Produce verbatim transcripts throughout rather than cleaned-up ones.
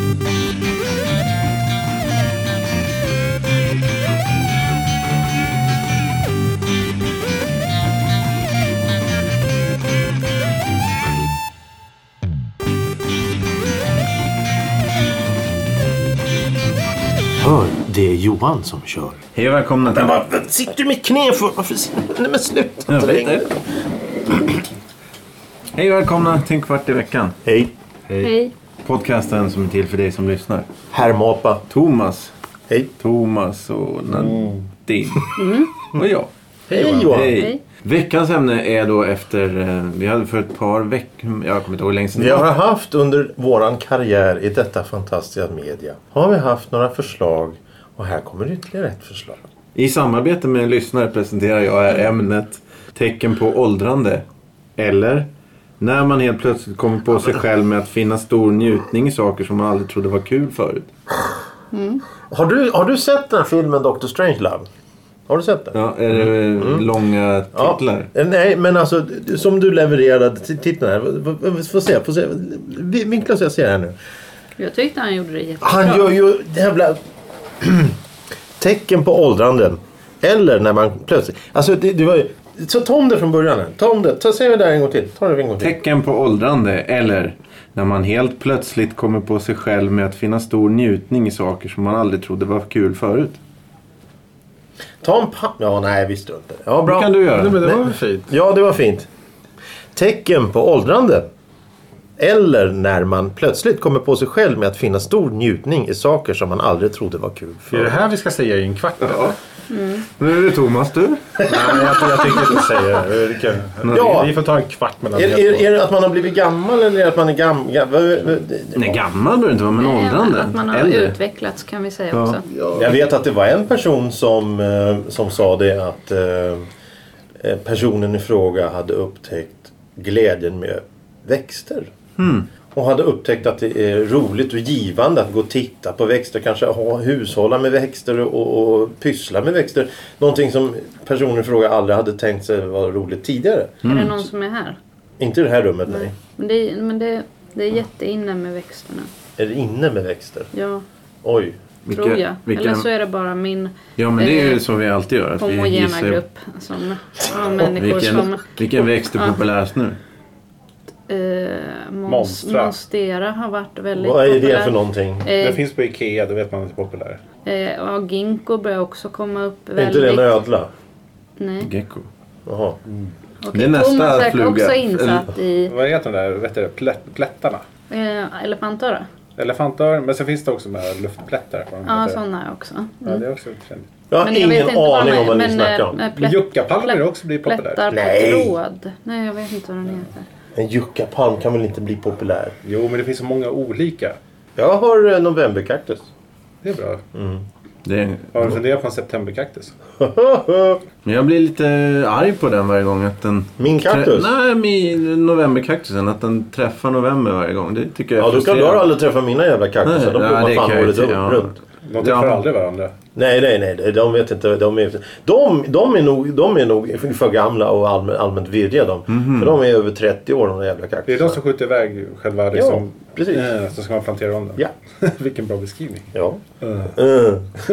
Hör, det är Johan som kör. Hej och välkomna till... Men vad sitter du med knä för? Varför sitter du? Nej men sluta. Jag vet det. Hej och välkomna till en kvart i veckan. Hej. Hej. Hej. Podcasten som är till för dig som lyssnar. Herr Mapa. Thomas. Hej. Thomas och Nadine. Mm. Och jag. Hej Johan. Hej. Hej. Veckans ämne är då efter... eh, Vi hade för ett par veckor... Jag kommer inte ihåg längst. Vi har haft under våran karriär i detta fantastiska media. Har vi haft några förslag. Och här kommer ytterligare ett förslag. I samarbete med en lyssnare presenterar jag här ämnet tecken på åldrande. Eller när man helt plötsligt kommer på sig själv med att finna stor njutning i saker som man aldrig trodde var kul förut. Mm. Har du, har du sett den här filmen doktor Strangelove? Har du sett den? Ja, är det mm. långa titlar? Ja, nej, men alltså som du levererade till titeln här. Få se, få se. Vinkla så jag ser här nu. Jag tyckte han gjorde det jättebra. Han gör ju jävla tecken på åldrande. Eller när man plötsligt... Alltså det, det var ju... Så ta om det från början. Ta om det. Ta, säg det där en gång till. Ta det en gång till. Tecken på åldrande. Eller när man helt plötsligt kommer på sig själv med att finna stor njutning i saker som man aldrig trodde var kul förut. Ta en pa... Ja, nej, vi struntar. Ja, bra. Vad kan du göra? Nej, men det var väl fint. Ja, det var fint. Tecken på åldrande. Eller när man plötsligt kommer på sig själv med att finna stor njutning i saker som man aldrig trodde var kul Är det här vi ska säga i en kvart? Ja. Mm. Nu är det Thomas, du. Nej, jag, jag tänker inte säga det. Vi, kan, Ja. vi får ta en kvart mellan Är, är, är det att man har blivit gammal eller är det att man är gammal? Gam, Nej, gammal behöver inte vara, men åldrande. Att man har Äldre. utvecklats kan vi säga Ja. också. Jag vet att det var en person som, eh, som sa det att eh, personen i fråga hade upptäckt glädjen med växter. Mm. Och hade upptäckt att det är roligt och givande att gå och titta på växter. Kanske ha, hushålla med växter och, och pyssla med växter. Någonting som personen i fråga aldrig hade tänkt sig var roligt tidigare. Mm. Är det någon som är här? Inte i det här rummet, nej. Nej. Men, det, men det, det är jätteinne med växterna. Är det inne med växter? Ja, Oj. Vilka, tror jag. vilka, Eller så är det bara min ja, men det är ju eh, så vi alltid gör. Att vi homogena gissar grupp. Som, ja, människor vilken, som... vilken växt är Ja. populärast nu. Eh, mons, Monstra. Monstera har varit väldigt Vad är det populär. för någonting? Eh, Det finns på Ikea, det vet man inte är populär. eh, ja, ginkgo börjar också komma upp Är väldigt... inte det en ödla? Nej. Gecko. Jaha. Okej, Det är nästa Thomas är fluga. också insatt i Vad heter de där vet du, plätt, plättarna? eh, elefantöra. Elefantörer, men sen finns det också med luftplättar. Vad de Ja, heter. sådana är också. Ja, det är också trendigt. Jag har Men jag vet ingen inte vad aning de om vad ni men, snackar eh, om. med Men juckapalmer plätt- också blir populärt. Plättar på Nej. tråd. Nej, jag vet inte vad den heter. En juckapalm kan väl inte bli populär? Jo, men det finns så många olika. Jag har eh, novemberkaktus. Det är bra. Det är, Har du funderat på en septemberkaktus? men jag blir lite arg på den varje gång. Att den Min kaktus? Trä, nej, min novemberkaktusen. Att den träffar november varje gång. Det tycker jag är Ja, då kan du frustrerande. aldrig träffa mina jävla kaktusar. Nej, De ja, blommar det fan kan jag året ju upp- inte, ja. runt. De träffar Ja. aldrig varandra. Nej, nej, nej. De vet inte. De är, de, de är, nog, de är nog för gamla och allmänt, allmänt virriga. De. Mhm. För de är över trettio år, de jävla Det är kaktusar. de som skjuter iväg själva liksom... precis. Eh, så ska man plantera om den. Ja. Vilken bra beskrivning. Ja. Uh. Uh.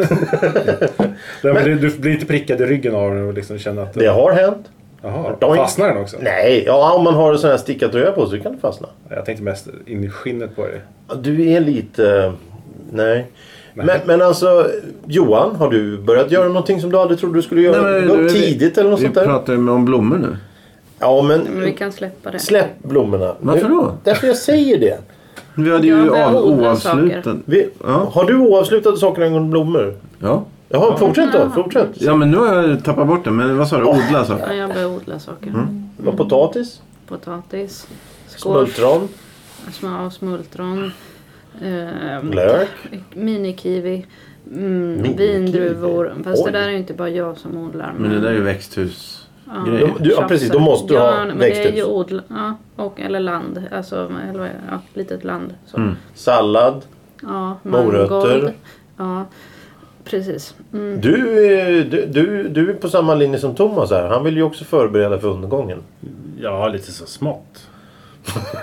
Nej, men du, du blir inte prickad i ryggen av den och liksom känner att... Det har hänt. Jaha, De- fastnar den också? Nej, ja, om man har en sån här stickatröja på så kan det fastna. Jag tänkte mest in i skinnet på dig. Du är lite... Nej. Nej. Men, men alltså, Johan, har du börjat göra någonting som du aldrig trodde du skulle göra? Nej, men Gå nu är vi- tidigt eller något Vi sånt där? pratar ju om blommor nu. Ja, men... Men vi kan släppa det. Släpp blommorna. Varför då? Därför jag säger det. Vi hade Ja, ju börja av, odla oavslutad. saker. Vi, Ja. Har du oavslutade saker angående blommor? Ja. Jaha, fortsätt då. Ja. Fortsätt. Ja, men nu har jag tappat bort det. Men vad sa du? Odla så. Ja, jag börjar odla saker. Det var potatis, Potatis. Squash. smultron, Små smultron. Eh, lök. Minikiwi. Mm, Minikiwi. vindruvor. Fast Oj. det där är ju inte bara jag som odlar. Men det där är ju växthus. Ja. grejer. Du- ja, precis. Då måste du ha ja, men växthus. Det är ju odla, ja, och, eller land. Alltså, eller, vad är det? Ja, litet land. Så. Mm. Sallad. Ja, Morötter. mangold. Ja, precis. Mm. Du är, du, du, du är på samma linje som Thomas här. Han vill ju också förbereda för undergången. Ja, lite så smått.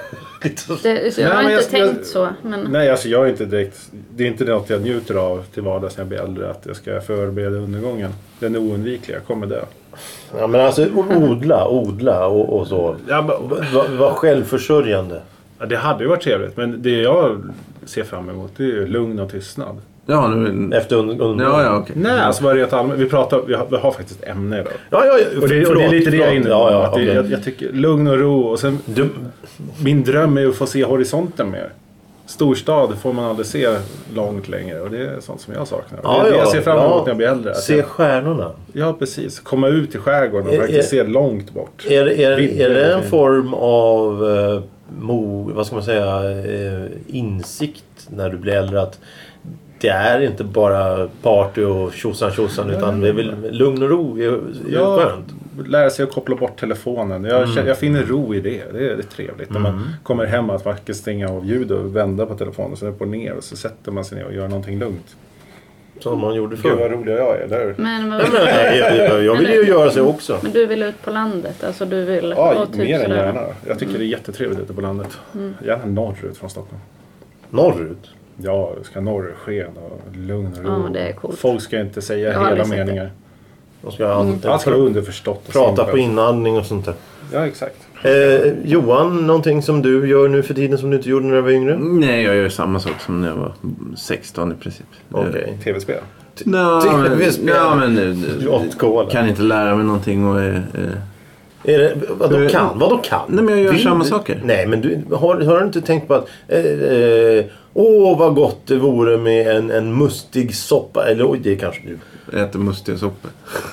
Det, så jag Nej, har men inte jag- tänkt jag- så. Men... Nej, alltså jag är inte direkt... Det är inte något jag njuter av till vardags när jag blir äldre. Att jag ska förbereda undergången. Den är oundviklig, jag kommer dö. Ja, men alltså odla, odla och, och så. Ja, men, Var var självförsörjande. ja, det hade ju varit trevligt. Men det jag ser fram emot det är ju lugn och tystnad. Ja, nu... Efter under, under. Ja, ja, okej. Nej, alltså bara rent allmänt. Vi, pratar, vi, har, vi har faktiskt ett ämne idag. Ja, ja, ja. Och det, och det är lite det jag är inne på. Ja, ja, att det, okej. jag, jag tycker lugn och ro. Och sen, Du, min dröm är ju att få se horisonten mer. Storstad får man aldrig se långt längre. Och det är sånt som jag saknar. Och Ja, det är det ja, jag ser fram emot ja. när jag blir äldre. Att se jag, stjärnorna. ja, precis. Komma ut i skärgården och Är- verkligen är- se långt bort. Är, är, Vidder är det en och fint. form av eh, mo, vad ska man säga, eh, insikt när du blir äldre att det är inte bara party och tjosan tjosan utan det är väl lugn och ro är, är Ja, skönt. lära sig att koppla bort telefonen. Jag, känner, jag finner ro i det. Det är, det är trevligt. När man kommer hem att faktiskt stänga av ljud och vända på telefonen. Så är på ner och så sätter man sig ner och gör någonting lugnt. Som man gjorde Gud vad förr. rolig jag är, eller hur? Men, Nej, men, nej, jag, jag, jag vill ju göra så också. men du vill ut på landet? Alltså du vill... Ja, och typ mer än sådär. gärna. Jag tycker det är jättetrevligt ute på landet. Gärna norrut från Stockholm. Norrut. Ja, det ska norrsken och lugn och ro. Ja, men det är coolt. Folk ska inte säga Jag har hela aldrig sett meningar. De ska alltid Allt ska vara underförstått och prata simpelt. på inandning och sånt där. Ja, exakt. Eh, Johan, någonting som du gör nu för tiden som du inte gjorde när du var yngre? Nej, jag gör samma sak som när jag var sexton i princip. Okej. Tv-spel. Nej, men, Tv-spel. ja, men Åt eh, kola. kan inte lära mig någonting och... Eh, eh, Är det, vadå Hur- kan? Vadå kan? Nej, men jag gör Vill samma du- saker. Nej, men du, har, har du inte tänkt på att eh, eh, åh vad gott det vore med en, en mustig soppa. Eller oj, det kanske du. äter mustiga soppor.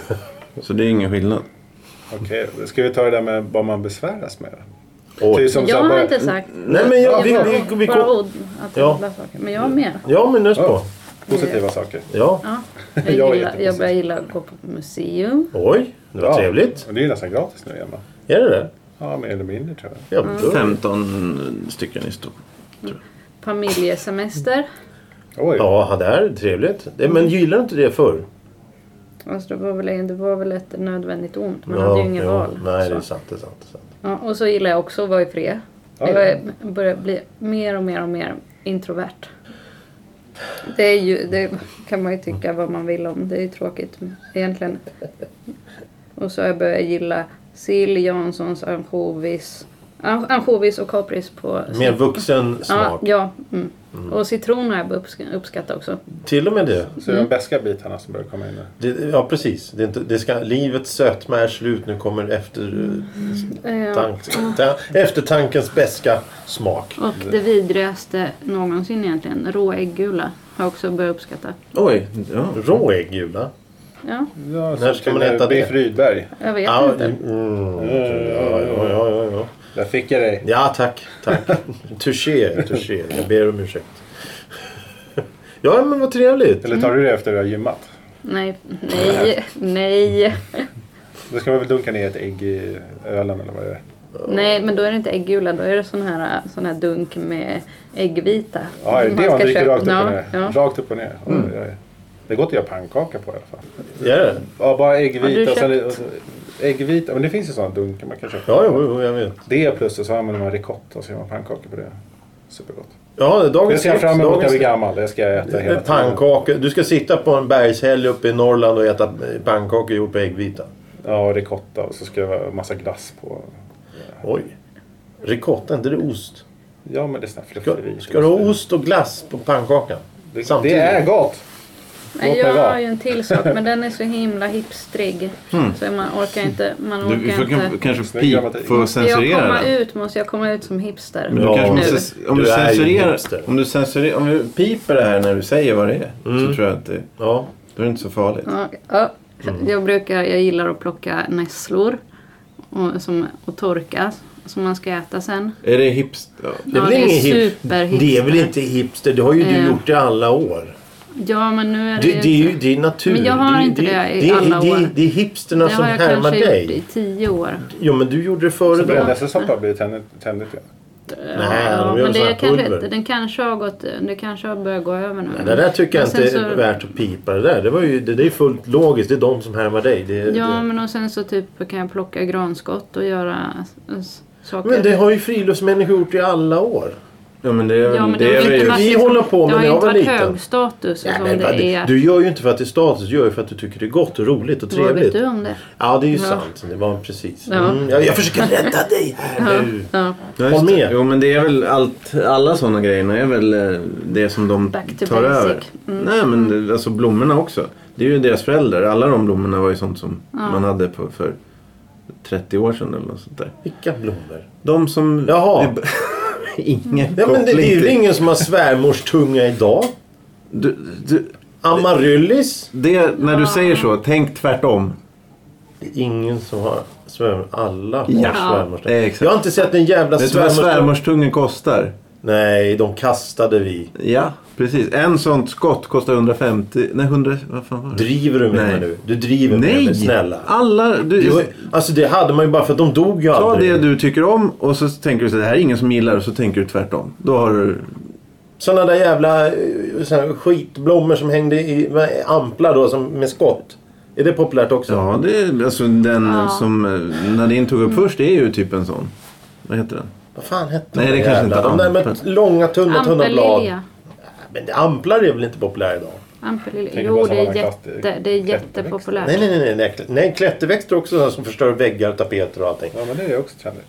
Så det är ingen skillnad. Okej, då ska vi ta det där med vad man besväras med. Oj. Typ som så Jag här har bara- inte sagt... Nej, men jag, vi, Jag vi, bara- vi, bara kom, ord att Ja. odla saker. Men jag har mer. ja, men nästa på. Ja. Positiva saker. Ja. Ja. Jag Jag, är gillar, jättepositiv. jag börjar gilla att gå på museum. Oj, det var Ja, trevligt. och det är nästan gratis nu igen va? Är det det? Ja, mer eller mindre tror jag. Ja, då. femton stycken i Stockholm. Familjesemester. Oj. Ja, det här är trevligt. Det, men gillar du inte det förr? Alltså det, var väl, det var väl ett nödvändigt ont. Man ja, hade ju inget ja. val. Nej, det är så. sant. Det är sant, det är sant. Ja, och så gillar jag också att vara i fred. Ja, Jag ja. är- börjar bli mer och mer och mer introvert. Det, är ju, det kan man ju tycka vad man vill om. Det är ju tråkigt egentligen. Och så har jag börjat gilla sill, Janssons, ansjovis. An- Ansjovis och kapris på... Mer vuxen Ja, smak. ja. Mm. Och citron har jag börjat uppsk- uppskatta också. Till och med det. Så är det de beska bitarna som börjar komma in nu. det ja, precis. Det är inte, det ska, livets sötma är slut. Nu kommer efter, Ja. tank, ta, eftertankens beska smak. Och det vidrigaste någonsin egentligen, rå äggula, har jag också börjat uppskatta. Oj, ja. Råäggula. Ja, Ja, När ska man äta det? Biff Rydberg. jag vet Ja, inte. mm, ja, ja, ja, ja, ja. Där fick jag dig. Ja, tack. tack. Touché, touché. Jag ber om ursäkt. Ja, men vad trevligt. Eller tar du det efter att du har gymmat? Nej, nej, nej. Då ska man väl dunka ner ett ägg i ölen eller vad det är. Nej, men då är det inte äggula, då är det sån här, sån här dunk med äggvita. Ja, det är Man det man ska dricker köpa- rakt upp och ja, ner. ja. Rakt upp och ner. Oj, oj. Det går att göra pannkaka på i alla fall. Ja, det. Ja, bara Har du äggvita. Och sen, köpt? och så, äggvita, men det finns ju sådana dunkar man kan köpa. Ja, jo, jo, jag vet. Det plus så använder man ricotta och så gör man pannkaka på det. Supergott. Ja, Det dagens ser jag fram emot när jag blir dagens gammal. Det ska jag äta hela tiden. pannkaka. Du ska sitta på en bergshäll uppe i Norrland och äta pannkakor gjort på äggvita. Ja, och ricotta och så ska det vara massa glass på. Oj. Ricotta, inte det ost? Ja, men det är sån här Ska, fluffig. ska du ha ost och glass på pannkakan? Det, samtidigt? det är gott! Nej, Låt mig jag vara. har ju en till sak, men den är så himla hipstrig. Så man orkar inte. Man Du, vi orkar får kan, inte. kanske Snygg pip, grammatik. få Måste jag censurera komma den. ut, måste jag komma ut som hipster. Men du Ja, kanske nu. måste, om, Du du är ju censurerar, hipster. om du censurerar, om du piper det här när du säger vad det är, Mm. så tror jag att det, Ja. då är det inte så farligt. Ja, ja. Jag brukar, jag gillar att plocka nässlor och, som, och torka som man ska äta sen. Är det hipster? Ja. Det är, Ja, väl det är ingen hip- superhipster. det är väl inte hipster? Det har ju du Eh. gjort i alla år. Ja, men nu är det, Det, det är ju inte. det är natur. Men jag har det, inte det i det, alla det, år. Det, det är hipsterna Det som har jag härmar kanske dig. gjort i tio år. Jo, men du gjorde det före Så det. brännässelsoppa blir tändigt, tändigt igen. Nej, ja, de gör men sån här det kanske, pulver. den kanske har gått, det kanske har börjat gå över nu. Det där tycker jag Men inte sen är så- värt att pipa. Det där det, var ju, det, det är fullt logiskt. Det är de som härmar dig. Det, Ja, det. men och sen så typ kan jag plocka granskott och göra s- s- saker. Men det har ju friluftsmänniskor gjort i alla år. Ja, men det är, Ja, men det det är har ju väl inte just... varit vi liksom- håller på med det har när ju jag inte var varit liten. hög status Ja, som men det vad- är. du gör ju inte för att det är status, du gör ju för att du tycker det är gott och roligt och Vad vet trevligt. du om det? Ja, det är ju Ja. sant. Det var precis. Ja. Mm, jag, jag försöker rädda dig här nu. Ja. Ja, just Håll det. med. Jo, men det är väl allt, alla sådana grejerna är väl eh, det som de Back to tar basic. över. Mm. Nej, men det, alltså blommorna också. Det är ju deras föräldrar. Alla de blommorna var ju sånt som man hade på, för trettio år sedan eller något sånt där. Vilka blommor? De som... Jaha. Ingen Ja, men det, det är ju till- ingen som har svärmors tunga idag. Du, du, Amaryllis. det, när du säger så, tänk tvärtom. Det är ingen som har svärmor. Alla har Ja. svärmors tunga. Eh, exakt. Jag har inte sett en jävla Vet du vad svärmors tunga. svärmorstungen kostar? Nej, de kastade vi. Ja, precis. En sånt skott kostar hundrafemtio... Nej, hundra... Vad fan var det? Driver du med Nej. mig nu? Du driver med Nej! mig, snälla. Alla... Du, Jo, alltså det hade man ju bara för att de dog ju ta aldrig. det du tycker om och så tänker du så det här är ingen som gillar och så tänker du tvärtom. Då har du... Sådana där jävla eh, så här, skitblommor som hängde i med amplar då som, med skott. Är det populärt också? Ja, det är alltså den Ja. som eh, Nadine tog upp först, det är ju typ en sån. Vad heter den? Vad fan hette Nej, de det där kanske jävla? inte De där med amplar. långa, tunna, tunna blad. Ampelilja. Men det- amplar är väl inte populära idag? Ampelilja. Tänker Jo, på det sådana är, katter- jätte, det är klätterväxter. jättepopulärt. Nej, nej, nej. nej, nej. nej klätterväxter också sådana som förstör väggar, tapeter och allting. Ja, men det är också trendigt.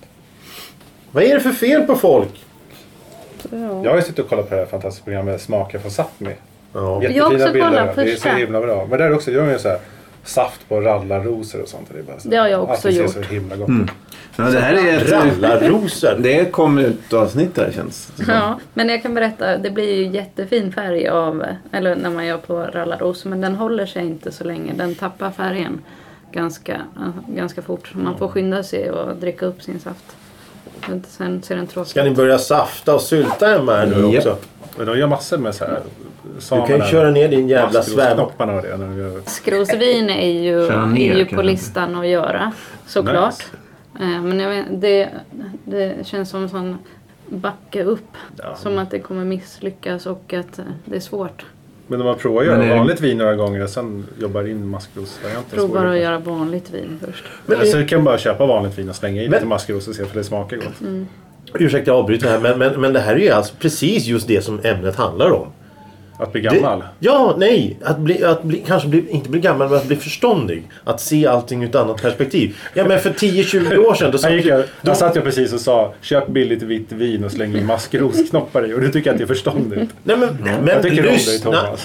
Vad är det för fel på folk? Ja. Jag har ju suttit och kollat på det här fantastiska programmet Smaker från Sápmi. Ja. Jag har också kollat Det är så första. himla bra. Men där är också, gör ju så här saft på rallarrosor och sånt. Det, är bara så, Det har jag också allting gjort. ser så himla gott Mm. ut. Ja, det här är ett... Rallarrosor. Det kom ut avsnitt där känns det som. Ja, men jag kan berätta, det blir ju jättefin färg av, eller när man gör på rallarros, men den håller sig inte så länge. Den tappar färgen ganska, äh, ganska fort. Man får skynda sig och dricka upp sin saft. Så inte- Sen ser den tråkig Ska ni ut. börja safta och sylta hemma här nu Japp. också? Men de gör massor med så här. Du kan ju köra ner din jävla svärm. Knopparna och det. När de gör... Skrosvin är ju, Köra ner, är ju kan på jag. listan att göra, såklart. Eh, Men jag vet, det, det känns som en sån backa upp. Ja. Som att det kommer misslyckas och att eh, det är svårt. Men de har provat att Men göra är- vanligt vin några gånger och sen jobbar in maskrosvarianten. Provar att göra vanligt vin först. Men, Alltså, du kan bara köpa vanligt vin och slänga i Men- lite maskros och se för det smakar gott. Ursäkta jag avbryter här, men, men, men det här är ju alltså precis just det som ämnet handlar om. Att bli gammal. Det, ja, nej. Att, bli, att bli, kanske bli, inte bli gammal, men att bli förståndig. Att se allting ur ett annat perspektiv. Ja, men för tio tjugo år sedan... Då satt Här gick ju- jag, då, där satt jag precis och sa köp billigt vitt vin och släng in maskrosknoppar i och du tycker att det är förståndigt. nej, men, men Jag tycker om dig lyssna. Thomas.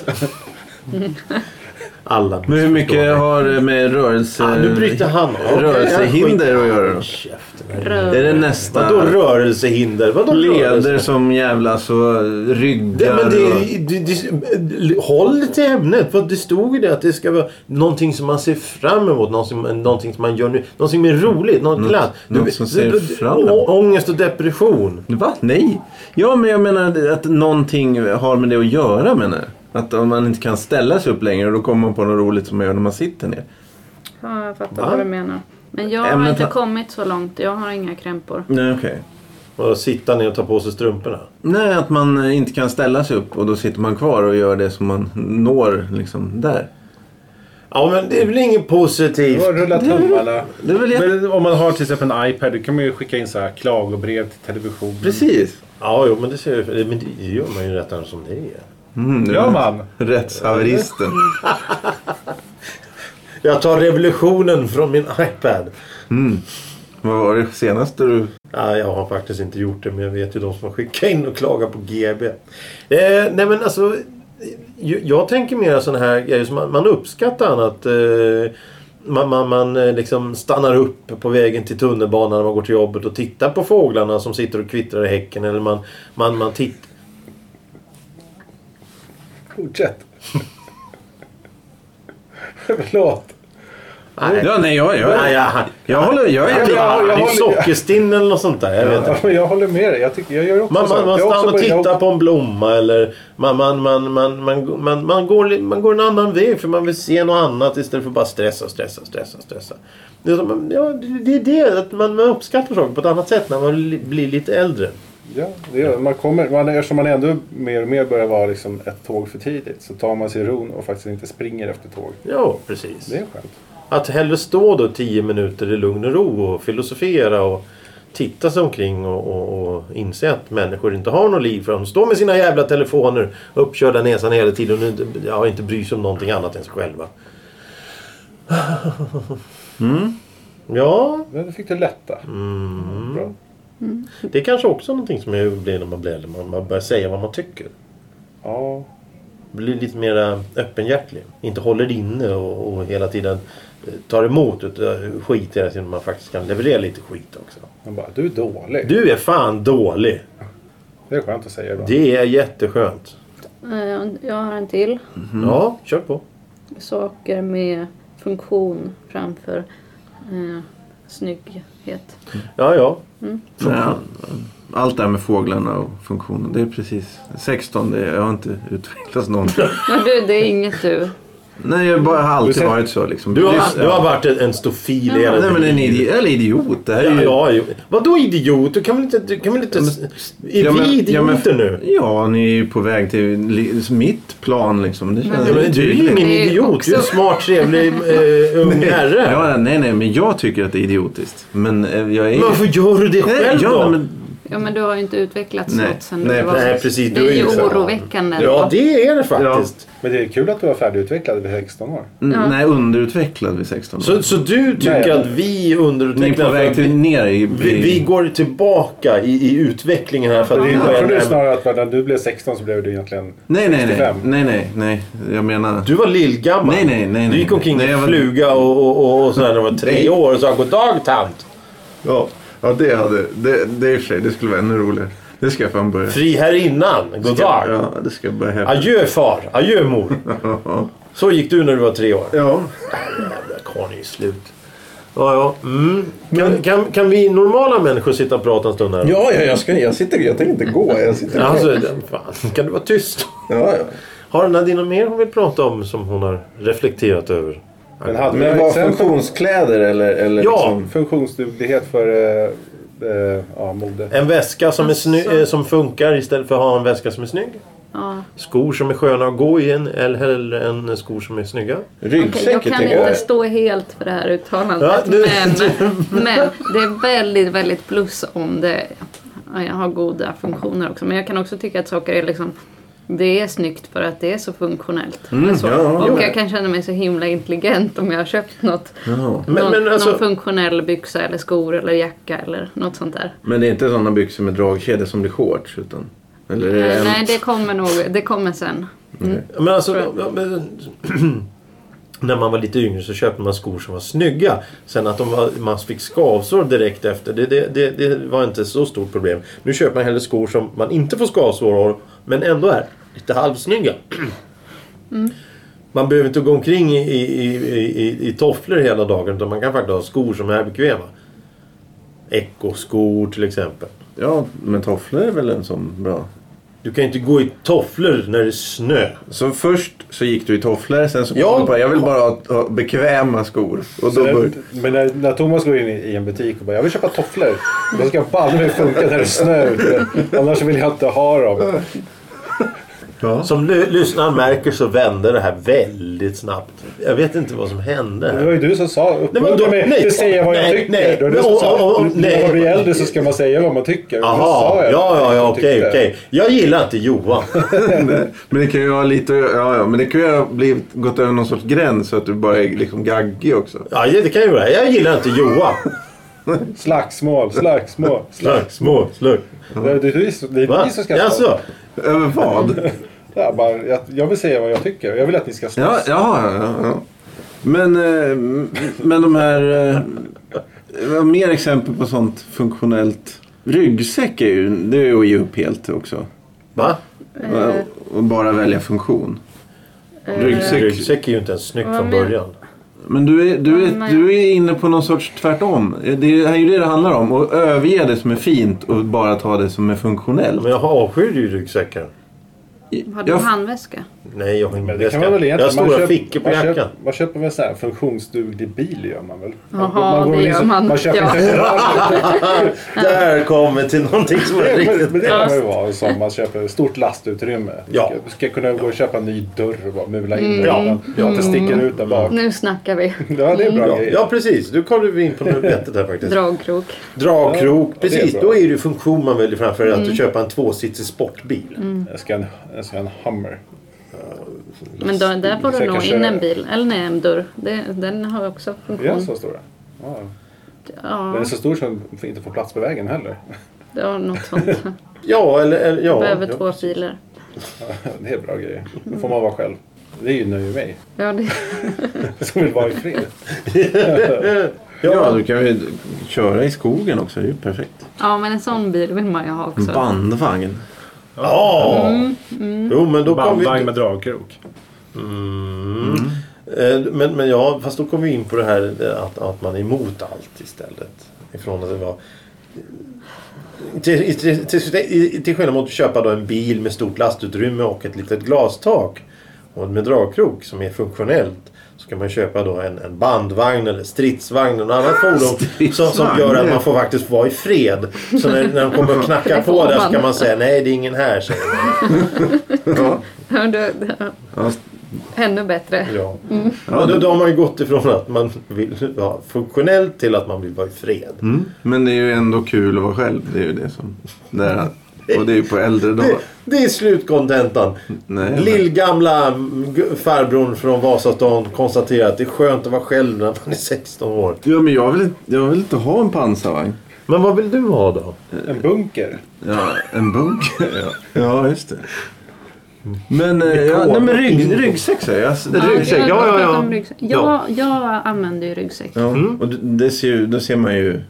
Alla Men hur mycket missförstår mig. har det med rörelse, Ja, nu bryter han av. rörelsehinder att göra då? Käften. Det är det nästa... Vadå rörelsehinder? Vadå Leder rörelse? som jävla så ryggar Det, men det, och... det, det, håll dig till ämnet. För det stod ju det att det ska vara någonting som man ser fram emot. Någonting, någonting som man gör nu. Någonting som är roligt. Något Något- glatt. något som ser du- fram emot. å- Ångest och depression. Va? Nej. Ja, men jag menar att någonting har med det att göra, menar jag. Att om man inte kan ställa sig upp längre, då kommer man på något roligt som man gör när man sitter ner. Ja, jag fattar Va? vad du menar. Men jag har Ämnet inte har- kommit så långt. Jag har inga krämpor. Nej, okej. Och sitta ner och ta på sig strumporna. Nej, att man inte kan ställa sig upp och då sitter man kvar och gör det som man når liksom där. Ja, men det är väl inget positivt. Och rulla tummarna. Det är väl jätte... Men om man har till exempel en iPad då kan man ju skicka in så här klagobrev till televisionen. Precis. Ja, jo, men det, ser, men det gör man ju rättare som det är. Mm, Ja man. Rättshaveristen. Jag tar revolutionen från min iPad. Mm. Vad var det senaste du... Ja, jag har faktiskt inte gjort det, men jag vet ju de som har skickat in och klagat på G B. Eh, nej men alltså, jag, jag tänker mer sådana här grejer som man, man uppskattar att eh, man, man, man eh, liksom stannar upp på vägen till tunnelbanan när man går till jobbet och tittar på fåglarna som sitter och kvittrar i häcken. Eller man, man, man tittar... Fortsätt. Förlåt. Nej, Ja, nej, jag, jag, nej, jag, jag håller... Jag är... jag- jag det är håller- sockerstinn eller något sånt där. Jag vet inte. Ja, men jag håller med dig. Jag, tycker, jag gör också Man, så. man, man Jag också stannar och börjar- tittar på en blomma eller man, man, man, man, man, man, man, går, li- man går en annan väg för man vill se något annat istället för bara stressa, stressa, stressa, stressa. Det är, som, ja, det, är det, att man, man uppskattar saker på ett annat sätt när man li- blir lite äldre. Ja, det gör man. Kommer, man, eftersom man ändå mer och mer börjar vara liksom ett tåg för tidigt så tar man sig ron och faktiskt inte springer efter tåg. Ja, precis. Det är skönt. Att hellre stå då tio minuter i lugn och ro och filosofera och titta sig omkring och, och, och inse att människor inte har något liv. För de står med sina jävla telefoner uppkörda näsan hela tiden och inte, ja, inte bryr sig om någonting annat än sig själva. Mm. Ja. Det fick du lätta. Mm. Bra. Mm. Det är kanske också någonting som är blir när man blir äldre. Man, man börjar säga vad man tycker. Ja. Blir lite mer öppenhjärtlig. Inte håller inne och, och hela tiden tar emot utan skit hela tiden. Man faktiskt kan leverera lite skit också. Man bara, du är dålig. Du är fan dålig. Det är skönt att säga ibland. Det är jätteskönt. Eh, Jag har en till. Mm. Ja, kör på. Saker med funktion framför eh, snygghet. Ja, ja. Ja, allt det här med fåglarna och funktionen, det är precis sexton, det, jag har inte utvecklats någonting. Men du, det är inget du. Nej, jag bara, har alltid Du varit så liksom. Du har, Lyssna- du har varit en, en stofil Ja. hela Nej, men en ditt liv. idiot, eller idiot. Det här är Ja, ju... ja, jo. Vadå idiot? Du kan väl inte... Du kan väl inte Ja, är Ja, vi men- idioter ja, men- nu? Ja, ni är ju på väg till li- mitt plan liksom. Det känns Men- Ja, men du är ju tydligt. ingen Det är idiot. också- Du är en smart, trevlig uh, ung herre. Ja, nej, nej, men jag tycker att det är idiotiskt. Men eh, jag är... Men varför gör du det själv Nej, då? ja, men... Ja, men du har ju inte utvecklats Nej. något sen Nej, du var... nej, precis. Det Du är är ju ju så- oroväckande. Ja, det är det faktiskt. Men det är kul att du var färdigutvecklad vid sexton år. Mm, nej, underutvecklad vid sexton år. Så, så du tycker Nej. att vi är Ni är underutvecklade? på väg till ner i... Vi, vi går tillbaka i, i utvecklingen här för att Det vi är, jag tror det är är, snarare att när du blev sexton så blev du egentligen Nej, nej, nej. sextiofem. Nej, nej, nej. Jag menar... Du var lillgammal. Nej, nej, nej, Du gick nej. omkring Nej, med jag var- fluga och, och, och, och sådär när du var tre Nej. år och sa god dag tant. Ja, ja det hade... Det, det är i och för sig, det skulle vara ännu roligare. Det ska jag fan börja. Fri här innan. God Ska- dag. Ja, det ska jag börja hävda. Adjö far. Adjö mor. Så gick du när du var tre år. Ja. Jävla karl är ju slut. Ja, ja. Mm. Kan, kan, kan vi normala människor sitta och prata en stund här? Ja, ja jag, ska, jag, sitter, jag tänker inte gå. Jag sitter Alltså, fan, kan du vara tyst? Ja, ja. Har Nadine något mer hon vill prata om som hon har reflekterat över? Men hade Men vi var exempel funktionskläder eller, eller Ja. liksom... funktionsduglighet för eh, eh, ja, mode? En väska som, är sny- Alltså. eh, som funkar istället för att ha en väska som är snygg? Ja. Skor som är sköna att gå i en, eller hellre än skor som är snygga? Ryggsäck Okej, jag kan tänker inte jag. stå helt för det här uttalandet. Ja, du- men, men det är väldigt, väldigt plus om det ja, jag har goda funktioner också. Men jag kan också tycka att saker är liksom... Det är snyggt för att det är så funktionellt. Mm, så. ja, och jo. jag kan känna mig så himla intelligent om jag har köpt något. Jaha. Men- någon, men alltså- någon funktionell byxa eller skor eller jacka eller något sånt där. Men det är inte sådana byxor med dragkedja som blir shorts utan... Eller är det Eh, en... Nej, det kommer nog. Det kommer sen. Mm. Men alltså, Tror ja, men, när man var lite yngre så köpte man skor som var snygga. Sen att de var, man fick skavsår direkt efter, det, det, det, det var inte så stort problem. Nu köper man hellre skor som man inte får skavsår av, men ändå är lite halvsnygga. Mm. Man behöver inte gå omkring i, i, i, i, i tofflor hela dagen, utan man kan faktiskt ha skor som är bekväma. Ekoskor till exempel. Ja, men tofflor är väl en sån bra... Du kan inte gå i tofflor när det är snö. Så först så gick du i tofflor, sen så kom Ja. du på jag vill bara ha, ha bekväma skor. Och Så då det, bör... men när, när Thomas går in i, i en butik och bara jag vill köpa tofflor. Då ska banne mig funka när det är snö ute. Annars vill jag inte ha dem. Ja. Som ly- lyssnaren märker så vände det här väldigt snabbt. Jag vet inte vad som hände. Det var ju du som sa Nej, men då- uppmuntra mig nej, till att säga vad jag nej, tycker. nej. Det var du Men, som och- sa och- och- när nej. man blir äldre så ska man säga vad man tycker. Och då sa Jaha, jag ja, ja, vad ja, jag okej, tyckte. okej. Jag gillar inte Johan. Men det kan ju ha lite... Ja, ja, men det kan ju ha blivit, gått över någon sorts gräns så att du bara är liksom gaggig också. Ja, det kan jag göra. Jag gillar inte Johan. Slagsmål, slagsmål, slagsmål. Slack, små, slack. Det är, det är, vi- det är Va? vi som ska Jaså? Över vad? Ja, bara, jag, jag vill säga vad jag tycker. Jag vill att ni ska slåss. Ja, ja, ja, ja. Men, eh, men de här... Eh, vad mer exempel på sånt funktionellt... Ryggsäck är ju, det är ju att ge upp helt också. Va? Eh, Och bara välja funktion. eh, ryggsäck. Ryggsäck är ju inte ens snyggt Vad från men- början. Men du är, du, Ja, är, men- du är inne på någon sorts tvärtom. Det är ju det det handlar om. Att överge det som är fint och bara ta det som är funktionellt. Men jag avskyr ju ryggsäckar. Har du Jag- handväska? Nej, jag har ingen Men det väska. kan man väl Jag egentligen. har stora Man köp- fickor på man köp- jackan. Man köper väl så här funktionsduglig bil gör man väl? Jaha, man går det in gör så- man. Man köper Ja. inte Ferrari. Där kommer till någonting som är Det, men, riktigt... men det kan man ju vara som man köper stort lastutrymme. Ja. Du ska, ska kunna gå och köpa en ny dörr och bara mula in den. Ja, Ja, ja. Att det sticker ut där bak. Nu snackar vi. Ja, det är bra Ja, grejer. ja, precis. Du kommer vi in på något vettigt här faktiskt. Dragkrok. Dragkrok, Ja, det är precis. bra. Då är det ju funktion man väljer framför att du köper en tvåsitsig sportbil. Jag ska ha en, jag ska ha en Hummer. Men då, där får Så du jag nog kan in köra- en bil. Eller nej, en dörr. Det, den har också Är den funktion. så stora? Ja. Den Ja, är så stor så den inte får plats på vägen heller. det har något sånt. Ja, eller... eller ja, Behöver ja. två filer. Det är bra grejer. Då får man vara själv. Det är ju nöjer mig. Ja, det, Som vill vara i fred. Ja, du kan ju köra i skogen också. Det är ju perfekt. ja, men en sån bil vill man ju ha En också. bandvagn. Ja! Jo, men då kommer Bandvagn vi... med dragkrok. Mm. Eh, Men, men ja, fast då kommer vi in på det här eh, att, att man är emot allt istället. Ifrån att det var... Till, till, till, till skillnad mot att köpa då en bil med stort lastutrymme och ett litet glastak och med dragkrok som är funktionellt, så kan man köpa då en, en bandvagn eller stridsvagn eller något annat fordon som, som gör att man får faktiskt vara i fred. Så när, när de kommer och knackar Det på får där så man. kan man säga nej, det är ingen här, säger man. Ja. Ja, det, det, Ja, ännu bättre. Ja. Ja, då, då har man ju gått ifrån att man vill vara funktionellt till att man vill vara i fred. mm. Men det är ju ändå kul att vara själv. Det är ju det som... Det är, och det är ju på äldre dagar. Det, det är slutkontentan. Nej, men- Lillgamla g- farbrorn från Vasastan konstaterar att det är skönt att vara själv när man är sexton år. Ja, men jag vill, inte- jag vill inte ha en pansarvagn. Men vad vill du ha då? En bunker. Ja, en bunker. Ja, ja just det. Men, eh, ja, nej, men rygg, ryggsäck säger jag. Alltså, det- ryggsäck, jag- ja, jag ja, ja. pratar om ryggsäck. Ja. Jag, jag använder ju ryggsäck. Ja, och det, det ser ju, då ser man ju...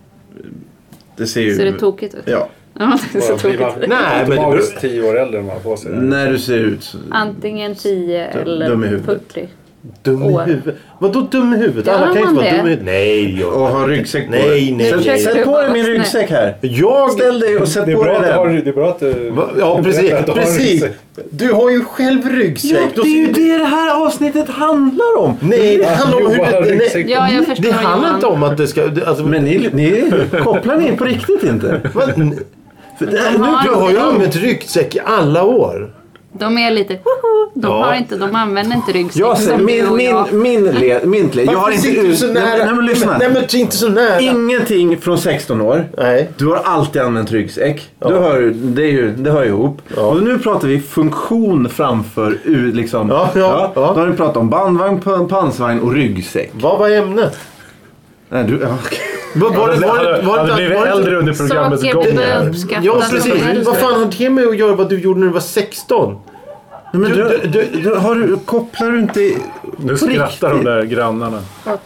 Det ser ju... Ser det tokigt ut? Ja, Ja, det ser Bara blir tokigt man ut. Nej, men det automatiskt tio år äldre än man har på sig. när du ser ut så... Antingen tio Dum i eller huvudet. fyrtio. Dum i År. huvudet? Vadå dum i huvudet? Ja, Alla kan ju man inte vara det. dum i huvudet. Nej, det gör Och man ha inte. ryggsäck på Nej, dig. nej, Nu nej. försöker Sätt du på vara dig min snäll. ryggsäck här. Jag... Ställ dig och sätt Det är på bra dig att du har, där. det är bra att du... Va? Ja, precis. berättar att du har precis. ryggsäck. Du har ju själv ryggsäck. Ja, det är ju det det här avsnittet handlar om. Nej, det handlar om hur Johan har det... Nej, ryggsäck. Ja, jag förstår det handlar Johan. inte om att det ska... det- Alltså, Men ni, ni kopplar ni på riktigt inte? vad- för det, De nu, har du har ju inte- använt ryggsäck i alla år. De är lite... woho! De, Ja. har inte, de använder inte ryggsäck Jag säger, som du min, och min, jag. min, led, min led. Jag har Varför inte sitter du ut... så Nej, nära? men- nej, men lyssna. Nej, men inte så nära. Ingenting från sexton år. Nej. Du har alltid använt ryggsäck. Ja. Du hör, det, är ju, det hör ju ihop. Ja. Och nu pratar vi funktion framför u- liksom. Ja, ja, ja. Då har vi pratat om bandvagn, pa- pansarvagn och ryggsäck. Vad var ämnet? Nej, du, ja, okej. Var, var, det- var, det- var, hade det- blivit var, det- äldre under programmets Saker gång. bör uppskattas Ja, som precis. äldre. Vad fan har det med att göra vad du gjorde när du var sexton? Nej, men Du- du, du- du, du, har du, kopplar du inte... Nu på skrattar de riktigt? där grannarna.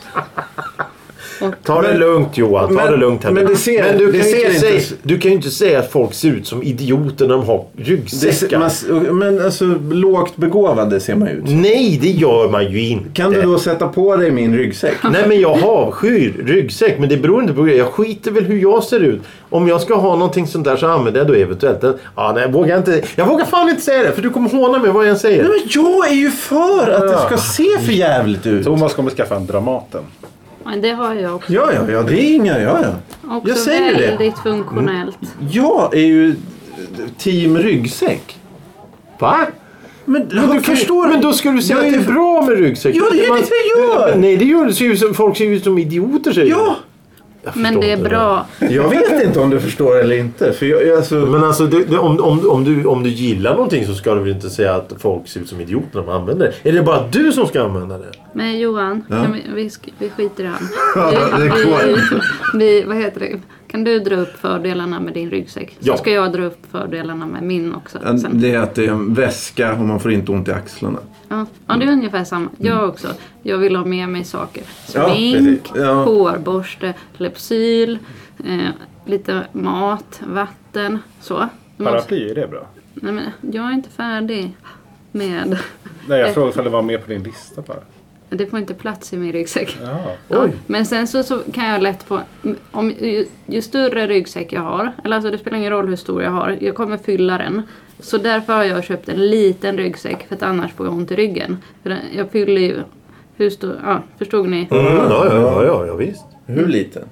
Ta det Men- lugnt Johan, ta men- det lugnt här. men det ser- men du, det kan ju ser inte inte- säga, du kan ju inte säga att folk ser ut som idioter när de har Det, ryggsäckar. man, men alltså, lågt begåvade ser man ut. Nej, det gör man ju inte. Kan du då sätta på dig min ryggsäck? Nej, men jag avskyr ryggsäck. Men det beror inte på det. Jag skiter väl hur jag ser ut. Om jag ska ha någonting sånt där så använder jag då eventuellt en... Ja, nej, jag vågar inte... Jag vågar fan inte säga det. För du kommer håna mig vad jag än säger. Nej, men jag är ju för att det ska se för jävligt ut. Thomas kommer skaffa en Dramaten. Men det har jag också. Ja, ja, ja, det är inga, ja, ja. Också Jag säger det. väldigt funktionellt. Jag är ju team ryggsäck. Va? Men, Men du förstår, men då ska du säga Jag att det är är ju- bra med ryggsäck. Ja, det är det jag gör. Nej, det gör det. Ser ut som, folk ser ut som idioter, säger Ja, Jag Men förstår det är inte bra. jag vet inte om du förstår eller inte. För jag, jag, alltså, Men alltså, det, det, om, om, om, du, om du gillar någonting så ska du väl inte säga att folk ser ut som idioter när de använder det. Är det bara du som ska använda det? Men Johan, Ja. kan vi, vi, sk- vi skiter i han. Ja, det är kvar. vi, vi, vad heter det? Kan du dra upp fördelarna med din ryggsäck? Så Ja. ska jag dra upp fördelarna med min också. Sen. det är att det är en väska och man får inte ont i axlarna. Ja, ja, det är ungefär samma. Jag också. Jag vill ha med mig saker. Ja, Smink, precis. Ja. hårborste, Lypsyl, eh, lite mat, vatten. Så. Du måste- Paraply, är det bra? Nej, men jag är inte färdig med... Nej, jag frågade ifall det var med på din lista bara. Det får inte plats i min ryggsäck. Ja. Ja, men sen så, så kan jag lätt på... Om, ju, ju större ryggsäck jag har, eller alltså det spelar ingen roll hur stor jag har, jag kommer fylla den Så därför har jag köpt en liten ryggsäck för att annars får jag ont i ryggen. För jag fyller ju... Hur stor... Ja, förstod ni? Mm, ja, ja, ja, ja, ja, visst. Hur liten?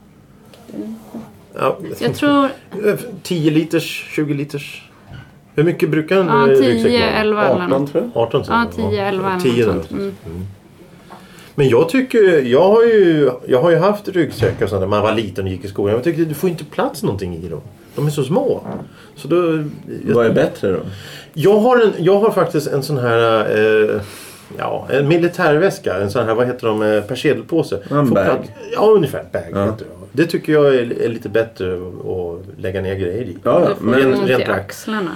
Ja. Jag tror... tio liters, tjugo liters. Hur mycket brukar en Ja, ryggsäck tio, vara? elva eller arton något. tror jag. arton Ja, tio, elva tio eller då. något sånt. Mm. Men jag tycker, jag har ju, jag har ju haft ryggsäckar och sånt när man var liten och gick i skolan. Jag tycker du får inte plats någonting i dem. De är så små. Så då, jag, Vad är bättre då? jag, har en, jag har faktiskt en sån här, eh, ja, en militärväska. En sån här, vad heter de, eh, persedelpåse. En Får bag. plats- Ja, ungefär bag Ja. heter det. Det tycker jag är, är lite bättre att lägga ner grejer i. Ja, ja, Du får men- ju rent- ont rent i prakt- axlarna.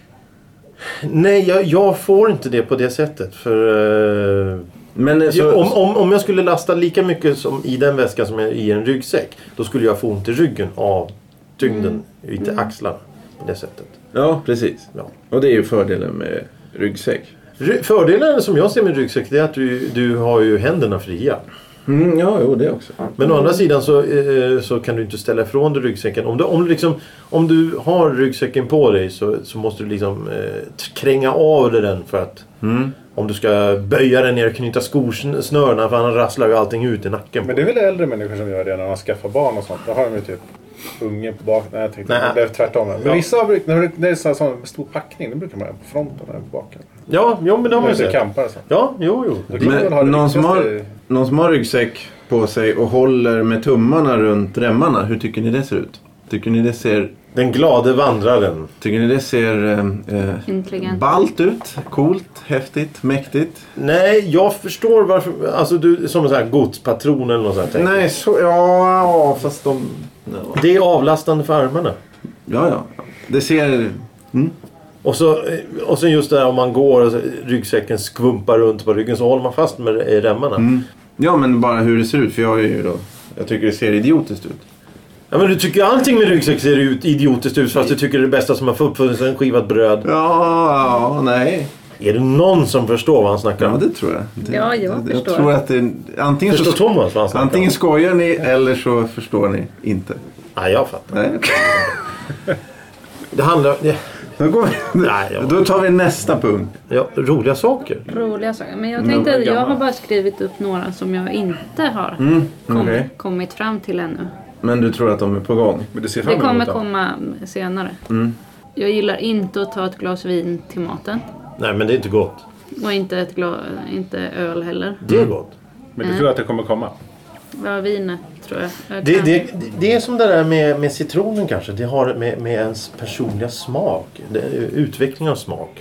Nej, jag, jag får inte det på det sättet. För... Eh, Men så, Ja, om, om, om jag skulle lasta lika mycket som i den väskan som är i en ryggsäck, då skulle jag få ont i ryggen av tyngden i mm. axlarna på det sättet. ja, precis. Ja. Och det är ju fördelen med ryggsäck. Ry- Fördelen som jag ser med ryggsäck, det är att du, du har ju händerna fria. Mm, ja, jo, det också. Men å andra sidan så, eh, så kan du inte ställa ifrån dig ryggsäcken. Om du, om du, liksom, om du har ryggsäcken på dig så, så måste du liksom eh, kränga av dig den för att Mm. om du ska böja den ner och knyta skosnörena, för annars rasslar ju allting ut i nacken. Men det är väl äldre människor som gör det när de skaffar barn och sånt. Då har de ju typ unge på bak. Nej, jag tänkte Nej. det blev tvärtom. Men Ja. vissa har, när det- när det är så här, sån stor packning, då brukar man ha på fronten eller på baken. Ja, ja, men det har man ju Det är sett. kampar och sånt. Ja, jo, jo. Då kan man väl ha Men det någon som, har, viktigaste- någon som har ryggsäck på sig och håller med tummarna runt remmarna, hur tycker ni det ser ut? Tycker ni det ser, Den glade vandraren. tycker ni det ser eh, eh, Intelligent. ballt ut? Coolt? Häftigt? Mäktigt? Nej, jag förstår varför. Alltså du, som en sån här godspatron eller något sånt. tänker jag. Nej, så, ja, ja, fast de... Ja, Det är avlastande för armarna. ja. ja. Det ser... Mm. Och så, och så just det här om man går och så, ryggsäcken skvumpar runt på ryggen så håller man fast med i remmarna. Mm. Ja, men bara hur det ser ut. För jag är ju då... Jag tycker det ser idiotiskt ut. Ja, men du tycker allting med ryggsäck ser ut idiotiskt ut fast du tycker det är det bästa som har uppfunnits en skivat bröd. Ja, ja, nej. Är det någon som förstår vad han snackar Ja, om? det tror jag. Det, Ja, jag jag förstår. tror att det... Antingen, Förstår så, Thomas vad han snackar antingen om? skojar ni eller så förstår ni inte. Nej, jag fattar. Nej, Det handlar... Ja, då, går vi, Nej, ja. då tar vi nästa punkt. ja, roliga saker. Roliga saker. Men jag Men tänkte vad att jag gammal? har bara skrivit upp några som jag inte har Mm, kom, okej. kommit fram till ännu. Men du tror att de är på gång? Men du ser fram Det kommer emot det. komma senare. Mm. Jag gillar inte att ta ett glas vin till maten. Nej, men det är inte gott. Och inte, ett glas, inte öl heller. Det är gott. Men du tror att det kommer komma? Ja, vinet tror jag. jag Det, kan- det, det är som det där med, med citronen kanske. Det har med, med ens personliga smak. Det, utveckling av smak.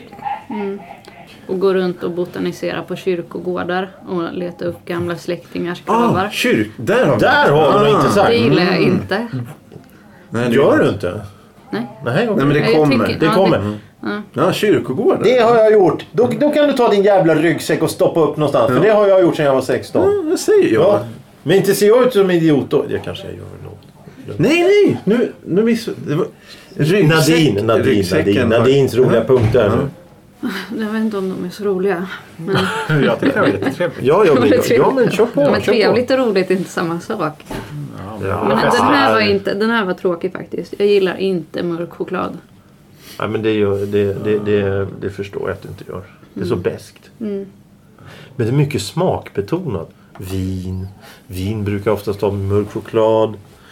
Och gå runt och botanisera på kyrkogårdar och leta upp gamla släktingars Ah, gravar. kyrk! Där har vi Där har du Ah. nog inte sagt. Det gillar jag inte. Nej, det Gör du inte? Nej. Nej, okej. Nej, men det Jag kommer. tycker- Det ja, kommer. Ja, kyrkogården. Det har jag gjort. Då, då kan du ta din jävla ryggsäck och stoppa upp någonstans. För det har jag gjort sedan jag var sexton. Ja, det säger jag. Ja. Men inte ser jag ut som idiot då. Det kanske jag gör nog. Nej, nej! Nu, nu miss... Det var... Ryggsäck. Nadine, Nadine, Ryggsäcken Nadine. har- Nadines roliga punkter nu. Jag vet inte om de är så roliga. Men, Jag tycker det var jättetrevligt. Ja, jag De är vill, ja, trevliga. men kör på. men kör trevligt och roligt är inte samma sak. Ja, Men fast- den här, var inte, den här var tråkig faktiskt. Jag gillar inte mörk choklad. Nej, men det, gör, det, det, det, det förstår jag att du inte gör. Det är så beskt. Mm. Men det är mycket smakbetonat. Vin. Vin brukar oftast ha mörk choklad.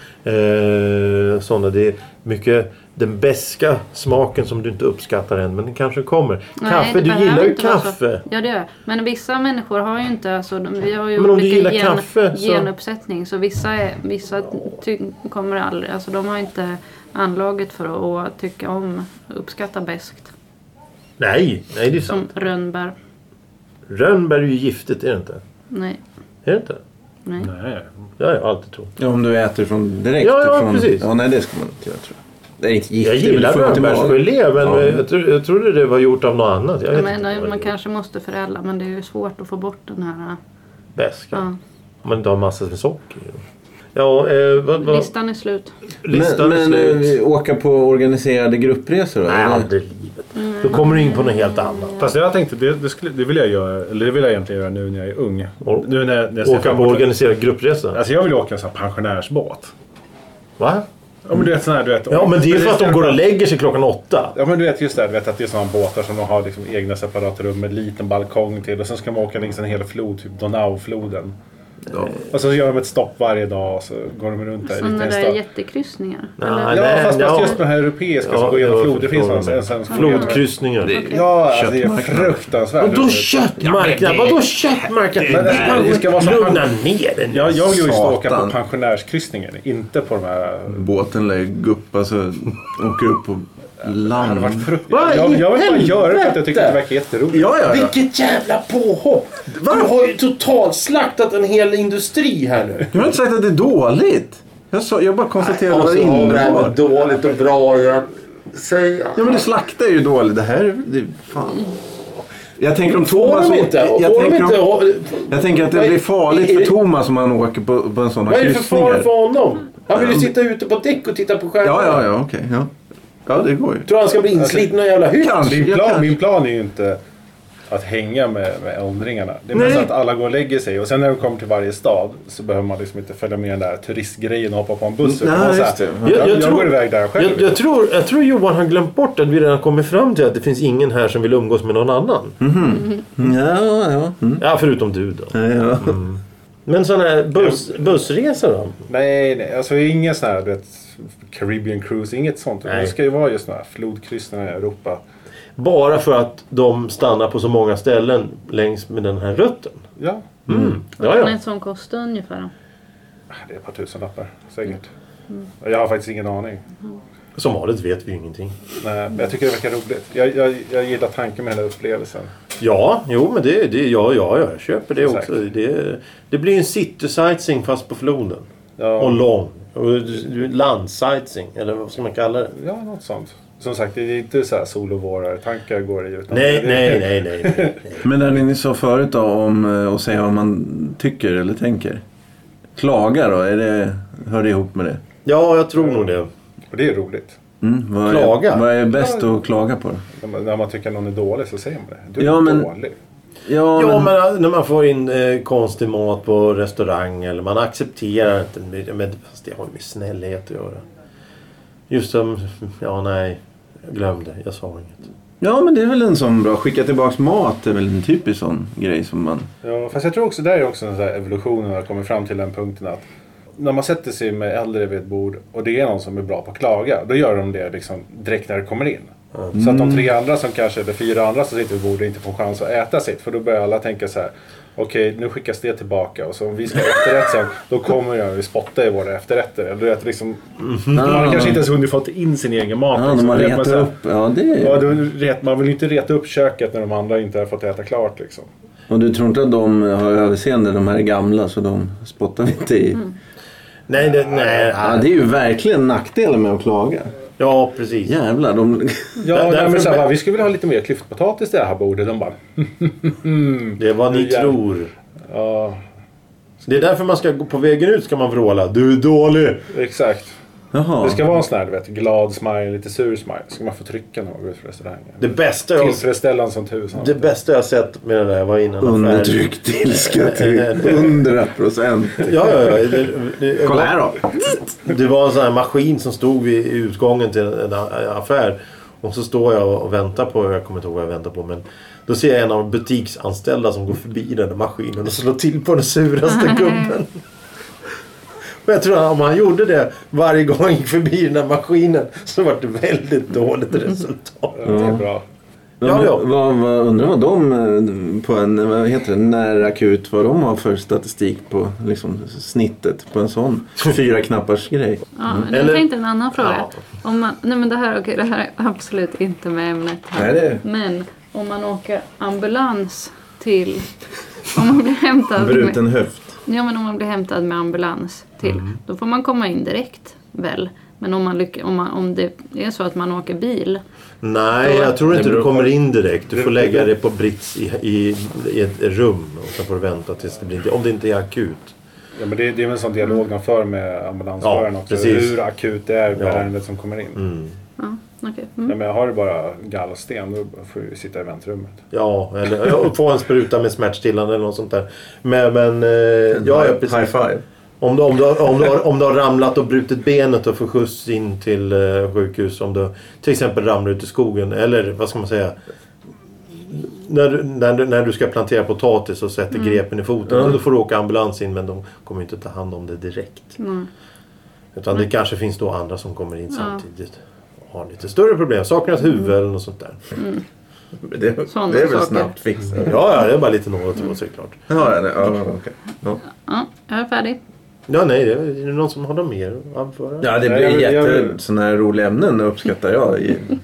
Eh, sådana. Det är mycket den beska smaken som du inte uppskattar än. Men den kanske kommer. Nej, Kaffe. det Du behöver gillar ju inte vara så. kaffe. Ja, det gör jag. Men vissa människor har ju inte... Alltså, de, vi har ju Men om du olika gillar kaffe, så- genuppsättning. Så vissa, är, vissa ty, kommer aldrig... Alltså de har inte anlaget för att, att tycka om, uppskatta beskt. Nej, nej det är Som sant. rönnbär. Rönnbär är ju giftigt, är det inte? Nej. Är det inte? Nej. Nej. Det har jag alltid trott. Ja, om du äter från direkt Ja, ja, från... precis. Ja, nej, det ska man inte göra, tror jag. Det är inte gift. Jag det är väl gillar frukt i magen. rönnbärsgelé, men Ja. jag, tro, jag trodde det var gjort av något annat. Jag Ja, vet men, inte vad man det är. kanske måste förädla, men det är ju svårt att få bort den här... Bäst, ja. Ja. Om man inte har massor med socker. Ja, eh, vad... vad Listan är slut. listan men är men slut. eh, åka på organiserade gruppresor då? Nej, eller? aldrig i livet. Då kommer du in på något helt annat. Fast jag tänkte, det, det, skulle, det vill jag göra, eller det vill jag egentligen göra nu när jag är ung. Och- Nu när, när jag ser Åka fram på emot det. organiserad gruppresa. Alltså jag vill åka en sån här pensionärsbåt. Va? Ja, men du vet sån här, du vet. Ja, men det är ju för att de går och lägger sig klockan åtta. Ja, men du vet just det, du vet att det är sådana båtar som de har liksom egna separata rum med en liten balkong till. Och sen ska man åka längs en hel flod, typ Donau-floden. Ja. Och så gör de ett stopp varje dag och så går de runt där. Sådana där stad. Jättekryssningar? Nej, eller? Ja, nej, fast, ja. fast just de här europeiska ja, som går igenom flod. Det finns sådana. Sen, flodkryssningar. Det är, ja, alltså, det är fruktansvärt. Vadå köttmarknad? Vadå köttmarknad? Men det, det ska vara så lugna ner den. Ja, jag vill ju åka på pensionärskryssningen. Inte på de här... Båten lär guppa så åker upp på land. Det varit fruktansvärt. Jag, jag vill bara göra det för att jag tycker att det verkar jätteroligt. Ja, ja, ja. Vilket jävla påhopp! Du har ju totalt slaktat en hel industri här nu. Jag har inte sagt att det är dåligt. Jag, sa, jag bara konstaterade vad det innebar. Dåligt och bra. Säga. Ja, men det slaktar är ju dåligt. Det här det, fan. Jag tänker om Thomas de inte, åker, jag, tänker inte, om, jag tänker att det blir farligt för Thomas om han åker på, på en sån här kryssning. Vad är det för far för honom? Han vill ju sitta ute på däck och titta på skärmen. Ja, ja, ja, okej. Okay, ja. Ja, det går ju. Tror han ska bli insliten och jävla hytt? Min plan, min plan är ju inte att hänga med, med åldringarna. Det är mest att alla går och lägger sig. Och sen när de kommer till varje stad så behöver man liksom inte följa med den där turistgrejen och hoppa på en buss. Nej, just det. Jag, jag, jag, jag går iväg där själv. Jag, jag, tror, jag tror Johan har glömt bort att vi redan kommit fram till att det finns ingen här som vill umgås med någon annan. Mm-hmm. Mm. Ja, ja. Mm. Ja, förutom du då. Ja, ja. Mm. Men sådana här buss, bussresor då? Nej, nej. Alltså inga sådana här, du vet, Caribbean Cruise, inget sånt. Nej. Det ska ju vara just sådana här flodkryssningar i Europa. Bara för att de stannar på så många ställen längs med den här rutten. Ja. Mm. Vad Ja, kan ja. en sån kosta ungefär? Det är ett par tusen lappar, säkert. Mm. Jag har faktiskt ingen aning. Mm. Som vanligt vet vi ju ingenting. Nej, men jag tycker det verkar roligt. Jag, jag, jag gillar tanken med hela upplevelsen. Ja, jo men det, det ja, ja, jag köper det Exakt. också. Det, det blir en city sightseeing fast på floden. Ja. Och lång. Och landsightseeing, eller vad ska man kalla det? Ja, något sånt. Som sagt, det är inte så här sol- och vårar-tankar går i. Utan Nej, det, nej, nej, nej, nej, nej. Men det ni sa förut då om att säga vad man tycker eller tänker. Klaga då, är det, hör det ihop med det? Ja, jag tror nog det. Och det är roligt. Mm, vad, Klaga? Är, vad är bäst att klaga på då? När man, när man tycker att någon är dålig så säger man det. Du är Ja, men- dålig. Ja, Ja, men, men när man får in eh, konstig mat på restaurang eller man accepterar inte, men fast det har ju med snällhet att göra. Just som, ja nej, jag glömde, jag sa inget. ja, men det är väl en sån bra. Skicka tillbaks mat är väl en typisk sån grej som man... Ja, fast jag tror också där är också en sån här evolution när jag kommer fram till den punkten att när man sätter sig med äldre vid ett bord och det är någon som är bra på att klaga, då gör de det liksom direkt när det kommer in. Mm. Så att de tre andra som kanske, eller fyra andra som sitter vid bordet inte får chans att äta sitt. För då börjar alla tänka så här: okej, okay, nu skickas det tillbaka och så om vi ska efterrätt sen, då kommer jag att spotta i våra efterrätter. Eller att liksom, mm. man har kanske inte ens hunnit fått in sin egen mat. Ja, liksom. man Vet retar så här, upp. Ja, det är... ja, då ret, man vill inte reta upp köket när de andra inte har fått äta klart liksom. Och du tror inte att de har överseende, de här är gamla, så de spottar inte i... Mm. Nej, det, nej. Ja, det är ju verkligen nackdelen med att klaga. Ja, precis. Jävlar, de... Ja, Där- nej, därför- men så här, bara, vi skulle vilja ha lite mer klyftpotatis i det här bordet. De bara, Det är vad ni Ja. tror. ja, Det är därför man ska gå på vägen ut ska man vråla. Du är dålig. exakt. Jaha. Det ska vara en sån här, du vet, glad smile, lite sur smile. Ska man få trycka när man går ut för restaurangen. Det bästa jag, Tillfredsställande som tusan. det bästa jag sett med det där var innan Undertryckt ilska till hundra procent. Ja, ja, ja. Det, det, Kolla här då. Det var en sån här maskin som stod vid utgången till en affär. Och så står jag och väntar på, jag kommer inte ihåg vad jag väntar på, men då ser jag en av butiksanställda som går förbi den där maskinen och slår till på den suraste gubben. Och jag tror att om han gjorde det varje gång han gick förbi den där maskinen så var det väldigt dåligt resultat. Ja, det är bra. Ja, ja. Vad, vad, undrar vad de eh, på en, vad heter det, närakut, vad de har för statistik på liksom, snittet på en sån fyra knappars grej. Ja, Mm. jag Eller- tänkte en annan fråga. Ja. Om man, nej men det här, okej, det här är absolut inte med ämnet här. Nej, det- Men om man åker ambulans till... Om man blir hämtad med, Bruten höft. ja, men om man blir hämtad med ambulans till, Mm. då får man komma in direkt väl. Men om, man lyck, om, man, om det är så att man åker bil. Nej, jag tror inte Det du beror på- kommer in direkt. Du får lägga det på brits i, i, i ett rum och så får du vänta tills det blir, om det inte är akut. Ja, men det, det är väl en sån dialog de för med ambulansföraren Ja, också. precis. Hur akut det är med Ja. ärendet som kommer in. Mm. Ja, okej. Ja, Mm. men har du bara gallsten, då får du sitta i väntrummet. Ja, eller ja, få en spruta med smärtstillande eller något sånt där. Men, men eh, ja, ja, precis. High five. Om du, om, du, om, du har, om du har ramlat och brutit benet och får skjuts in till eh, sjukhus. Om du till exempel ramlar ut i skogen. Eller vad ska man säga. När du, när du, när du ska plantera potatis och sätter mm. grepen i foten. Mm. Då får du åka ambulans in. Men de kommer inte ta hand om det direkt. Mm. Utan det kanske finns då andra som kommer in ja. samtidigt. Och har lite större problem. Saknar ett huvud eller något sånt där. Mm. Det, det är väl saker. Snabbt fixat. Ja, ja, det är bara lite något mm. såklart. Ja, ja, ja, okay. ja. ja, jag är färdig. Ja, nej, det är, är det någon som har något mer att anföra? Ja, det blir jätte sådana här roliga ämnen uppskattar jag.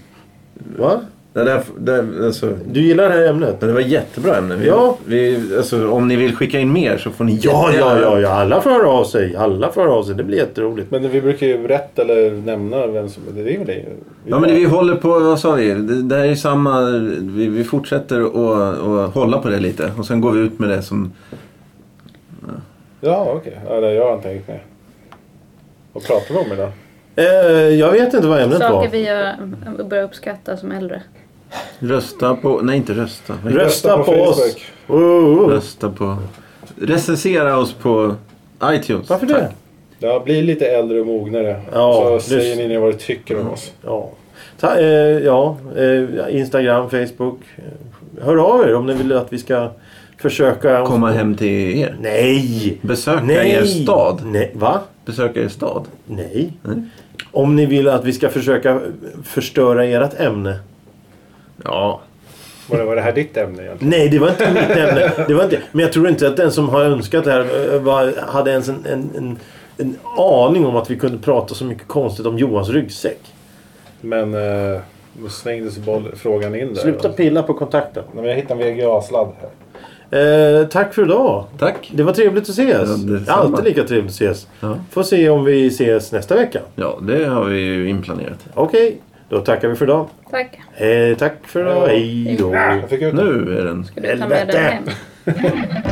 Va? Det där, det, alltså, du gillar det här ämnet? Det var jättebra ämne. Vi, ja. vi, alltså, om ni vill skicka in mer så får ni ja, ja, ja, ja, alla får av sig. Alla får av sig. Det blir jätteroligt. Men vi brukar ju berätta eller nämna vem som... Det är väl det. Ja, men vi håller på... Vad sa vi? Det, det här är samma... Vi, vi fortsätter att, att hålla på det lite. Och sen går vi ut med det som... Ja, ja okej. Okay. Ja, det jag har inte tänkt med. Vad pratar vi om idag? Eh, jag vet inte vad ämnet Saker var. Saker vi gör, börjar uppskatta som äldre. Rösta på... Nej, inte rösta. Rösta, rösta på, på oss. Oh, oh. Rösta på... Recensera oss på iTunes. Varför det? Ja, bli lite äldre och mognare. Ja, så säger ni vad du tycker om oss. Ja, Ta, eh, ja eh, Instagram, Facebook. Hör av er om ni vill att vi ska försöka... Komma hem till er. Nej! Besöka Nej. er stad. Nej, va? Besöka er stad. Nej. Nej. Om ni vill att vi ska försöka förstöra ert ämne. Ja. Var det, var det här ditt ämne egentligen? Nej, det var inte mitt ämne. Det var inte. Men jag tror inte att den som har önskat det här var, hade ens en, en, en, en aning om att vi kunde prata så mycket konstigt om Johans ryggsäck. Men eh, svängdes boll, frågan in där. Sluta pilla på kontakten. Men jag hittade en V G A-sladd här. Eh, tack för idag. Tack. Det var trevligt att ses. Ja, det är alltid lika trevligt att ses. Ja. Får se om vi ses nästa vecka. Ja, det har vi ju inplanerat. Okej, okay. Då tackar vi för idag. Tack. Eh, tack för idag. Hej då. Nu är den. Ska du ta med den hem?